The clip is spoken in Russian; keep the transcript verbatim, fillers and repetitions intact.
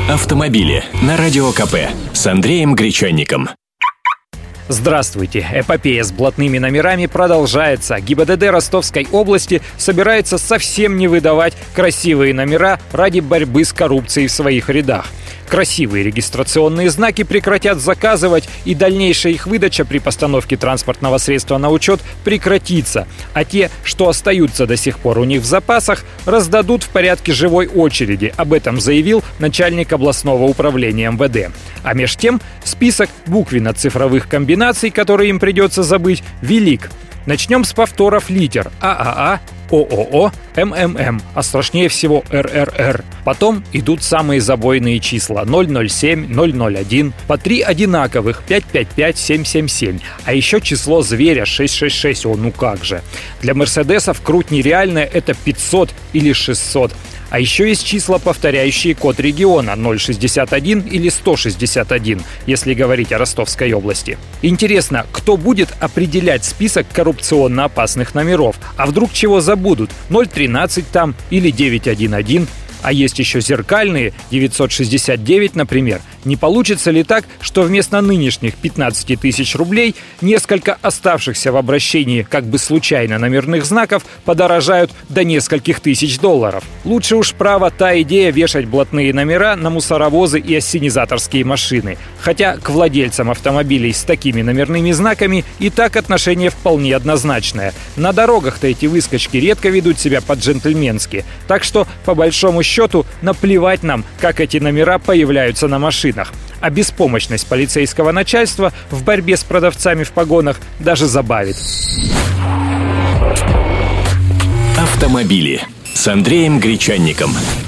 Автомобили на Радио ка пэ с Андреем Гречанником. Здравствуйте! Эпопея с блатными номерами продолжается. ГИБДД Ростовской области собирается совсем не выдавать красивые номера ради борьбы с коррупцией в своих рядах. Красивые регистрационные знаки прекратят заказывать, и дальнейшая их выдача при постановке транспортного средства на учет прекратится, а те, что остаются до сих пор у них в запасах, раздадут в порядке живой очереди. Об этом заявил начальник областного управления эм вэ дэ. А меж тем список буквенно-цифровых комбинаций, которые им придется забыть, велик. Начнем с повторов литер а а а, о о о, эм эм эм, а страшнее всего эр эр эр. Потом идут самые забойные числа ноль ноль семь, ноль ноль один, по три одинаковых пять пять пять, семь семь семь, а еще число зверя шесть шесть шесть, о, ну как же. Для мерседесов круть нереальная, это пятьсот или шестьсот. А еще есть числа, повторяющие код региона ноль шестьдесят один или сто шестьдесят один, если говорить о Ростовской области. Интересно, кто будет определять список коррупционно опасных номеров? А вдруг чего забудут? ноль тринадцать там или девять один один? А есть еще зеркальные, девятьсот шестьдесят девять, например. Не получится ли так, что вместо нынешних пятнадцати тысяч рублей несколько оставшихся в обращении как бы случайно номерных знаков подорожают до нескольких тысяч долларов? Лучше уж право та идея вешать блатные номера на мусоровозы и ассенизаторские машины. Хотя к владельцам автомобилей с такими номерными знаками и так отношение вполне однозначное. На дорогах-то эти выскочки редко ведут себя по-джентльменски. Так что, по большому счету, наплевать нам, как эти номера появляются на машинах. А беспомощность полицейского начальства в борьбе с продавцами в погонах даже забавит. Автомобили с Андреем Гречанником.